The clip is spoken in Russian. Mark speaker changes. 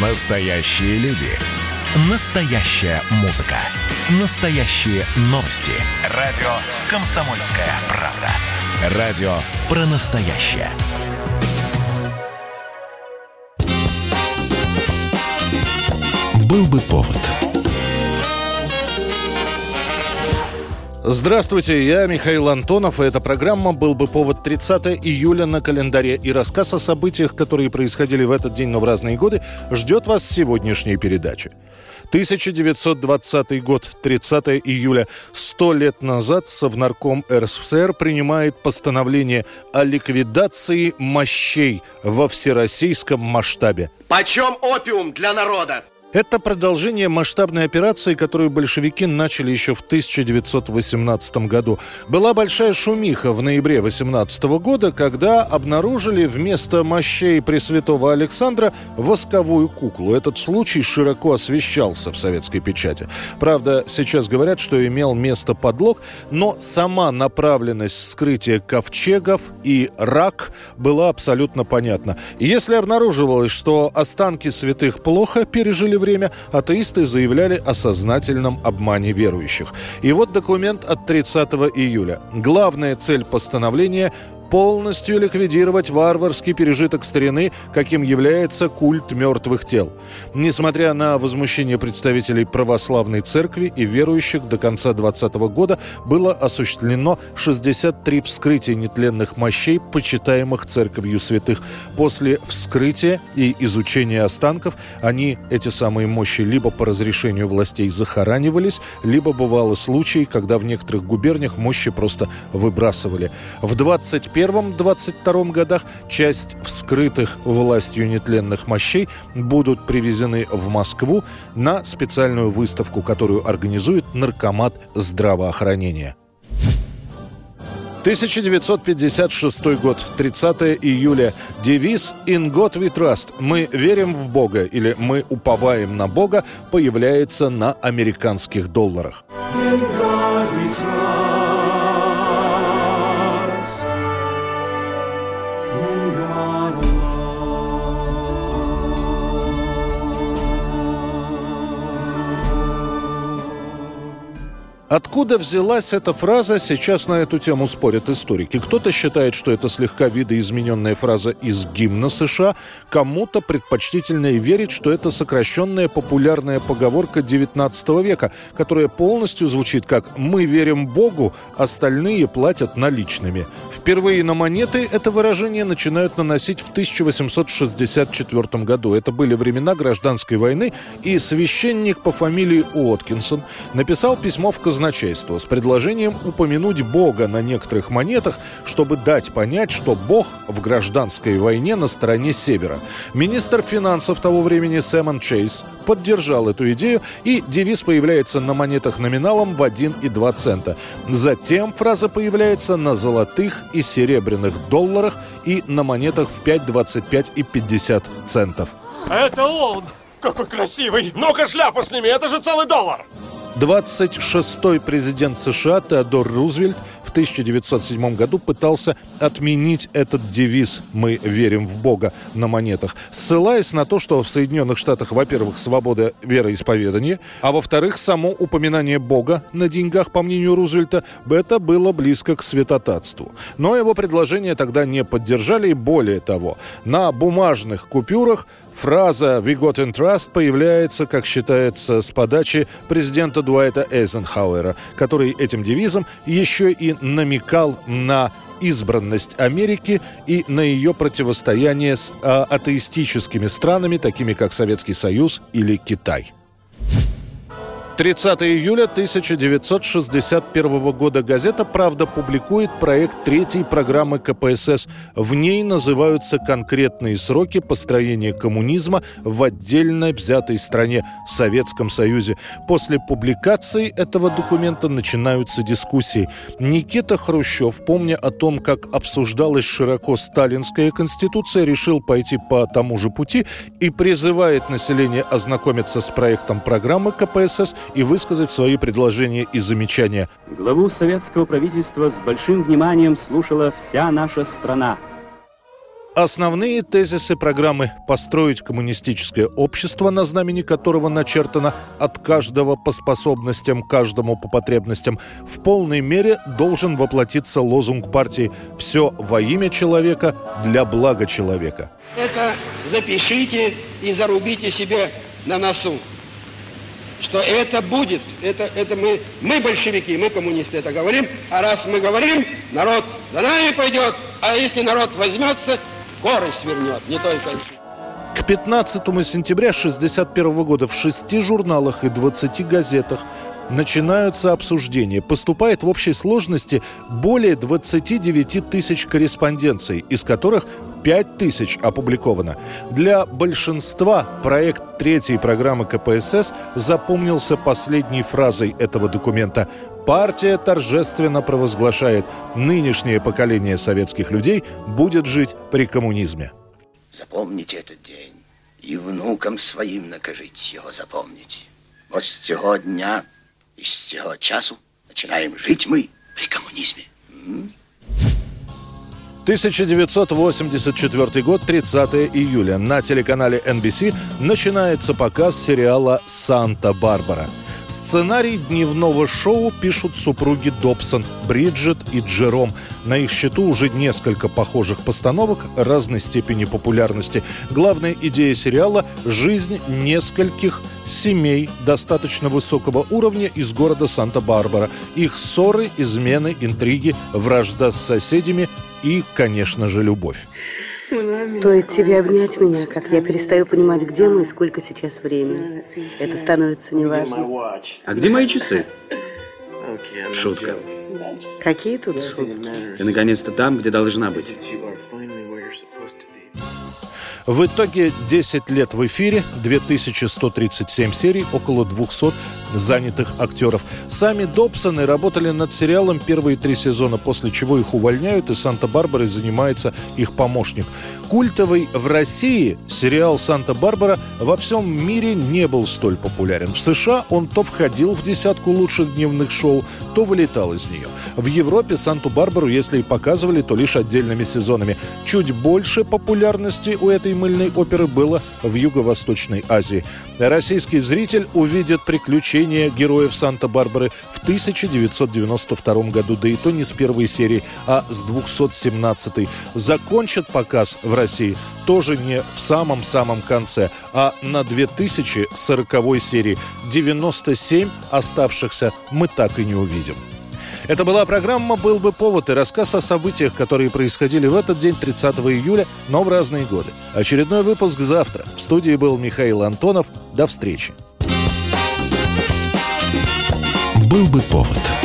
Speaker 1: Настоящие люди. Настоящая музыка. Настоящие новости. Радио «Комсомольская правда». Радио про настоящее. Был бы повод.
Speaker 2: Здравствуйте, я Михаил Антонов, и эта программа «Был бы повод» 30 июля на календаре. И рассказ о событиях, которые происходили в этот день, но в разные годы, ждет вас в сегодняшней передаче. 1920 год, 30 июля. 100 лет назад Совнарком РСФСР принимает постановление о ликвидации мощей во всероссийском масштабе.
Speaker 3: Почем опиум для народа?
Speaker 2: Это продолжение масштабной операции, которую большевики начали еще в 1918 году. Была большая шумиха в ноябре 18 года, когда обнаружили вместо мощей Пресвятого Александра восковую куклу. Этот случай широко освещался в советской печати. Правда, сейчас говорят, что имел место подлог, но сама направленность вскрытия ковчегов и рак была абсолютно понятна. Если обнаруживалось, что останки святых плохо пережили время, атеисты заявляли о сознательном обмане верующих. И вот документ от 30 июля. Главная цель постановления – полностью ликвидировать варварский пережиток старины, каким является культ мертвых тел. Несмотря на возмущение представителей православной церкви и верующих, до конца 2020 года было осуществлено 63 вскрытия нетленных мощей, почитаемых церковью святых. После вскрытия и изучения останков эти самые мощи, либо по разрешению властей захоранивались, либо бывало случаи, когда в некоторых губерниях мощи просто выбрасывали. В 21-22 годах часть вскрытых властью нетленных мощей будут привезены в Москву на специальную выставку, которую организует Наркомат здравоохранения. 1956 год, 30 июля. Девиз «In God we trust» – «Мы верим в Бога» или «Мы уповаем на Бога» появляется на американских долларах. In God we trust. In God alone. Откуда взялась эта фраза, сейчас на эту тему спорят историки. Кто-то считает, что это слегка видоизмененная фраза из гимна США, кому-то предпочтительно верить, что это сокращенная популярная поговорка XIX века, которая полностью звучит как «Мы верим Богу, остальные платят наличными». Впервые на монеты это выражение начинают наносить в 1864 году. Это были времена гражданской войны, и священник по фамилии Уоткинсон написал письмо в казначейство с предложением упомянуть Бога на некоторых монетах, чтобы дать понять, что Бог в гражданской войне на стороне Севера. Министр финансов того времени Сэмон Чейз поддержал эту идею, и девиз появляется на монетах номиналом в 1 и 2 цента. Затем фраза появляется на золотых и серебряных долларах и на монетах в 5, 25 и 50 центов.
Speaker 3: Это он! Какой красивый! Ну-ка шляпу сними, это же целый доллар!
Speaker 2: 26-й президент США Теодор Рузвельт в 1907 году пытался отменить этот девиз «Мы верим в Бога» на монетах, ссылаясь на то, что в Соединенных Штатах, во-первых, свобода вероисповедания, а во-вторых, само упоминание Бога на деньгах, по мнению Рузвельта, это было близко к святотатству. Но его предложение тогда не поддержали, и более того, на бумажных купюрах фраза «We got in trust» появляется, как считается, с подачи президента Дуайта Эйзенхауэра, который этим девизом еще и намекал на избранность Америки и на ее противостояние с атеистическими странами, такими как Советский Союз или Китай. 30 июля 1961 года газета «Правда» публикует проект третьей программы КПСС. В ней называются конкретные сроки построения коммунизма в отдельно взятой стране – Советском Союзе. После публикации этого документа начинаются дискуссии. Никита Хрущев, помня о том, как обсуждалась широко сталинская конституция, решил пойти по тому же пути и призывает население ознакомиться с проектом программы КПСС и высказать свои предложения и замечания.
Speaker 4: Главу советского правительства с большим вниманием слушала вся наша страна.
Speaker 2: Основные тезисы программы «Построить коммунистическое общество», на знамени которого начертано «от каждого по способностям, каждому по потребностям», в полной мере должен воплотиться лозунг партии «Все во имя человека, для блага человека».
Speaker 4: Это запишите и зарубите себе на носу, что это будет. Это мы большевики, мы коммунисты это говорим. А раз мы говорим, народ за нами пойдет. А если народ возьмется, горы свернет, не только...
Speaker 2: К 15 сентября 1961 года в 6 журналах и 20 газетах начинаются обсуждения. Поступает в общей сложности более 29 тысяч корреспонденций, из которых 5 тысяч опубликовано. Для большинства проект третьей программы КПСС запомнился последней фразой этого документа. Партия торжественно провозглашает: нынешнее поколение советских людей будет жить при коммунизме.
Speaker 5: Запомните этот день и внукам своим накажите его запомнить. Вот с цього дня и с цього часу начинаем жить мы при коммунизме.
Speaker 2: 1984 год, 30 июля. На телеканале NBC начинается показ сериала «Санта-Барбара». Сценарий дневного шоу пишут супруги Добсон, Бриджит и Джером. На их счету уже несколько похожих постановок разной степени популярности. Главная идея сериала – жизнь нескольких семей достаточно высокого уровня из города Санта-Барбара. Их ссоры, измены, интриги, вражда с соседями и, конечно же, любовь.
Speaker 6: Стоит тебе обнять меня, как я перестаю понимать, где мы и сколько сейчас времени. Это становится неважно.
Speaker 7: А где мои часы? Шутка.
Speaker 6: Какие тут шутки?
Speaker 7: Ты наконец-то там, где должна быть.
Speaker 2: В итоге 10 лет в эфире, 2137 серий, около 200 занятых актеров. Сами Добсоны работали над сериалом первые 3 сезона, после чего их увольняют, и Санта-Барбарой занимается их помощник. Культовый в России сериал «Санта-Барбара» во всем мире не был столь популярен. В США он то входил в десятку лучших дневных шоу, то вылетал из нее. В Европе «Санту-Барбару», если и показывали, то лишь отдельными сезонами. Чуть больше популярности у этой мыльной оперы было в Юго-Восточной Азии. Российский зритель увидит приключения героев Санта-Барбары в 1992 году, да и то не с первой серии, а с 217-й. Закончат показ в России тоже не в самом-самом конце, а на 2040-й серии. 97 оставшихся мы так и не увидим. Это была программа «Был бы повод» и рассказ о событиях, которые происходили в этот день, 30 июля, но в разные годы. Очередной выпуск завтра. В студии был Михаил Антонов. До встречи.
Speaker 1: «Был бы повод».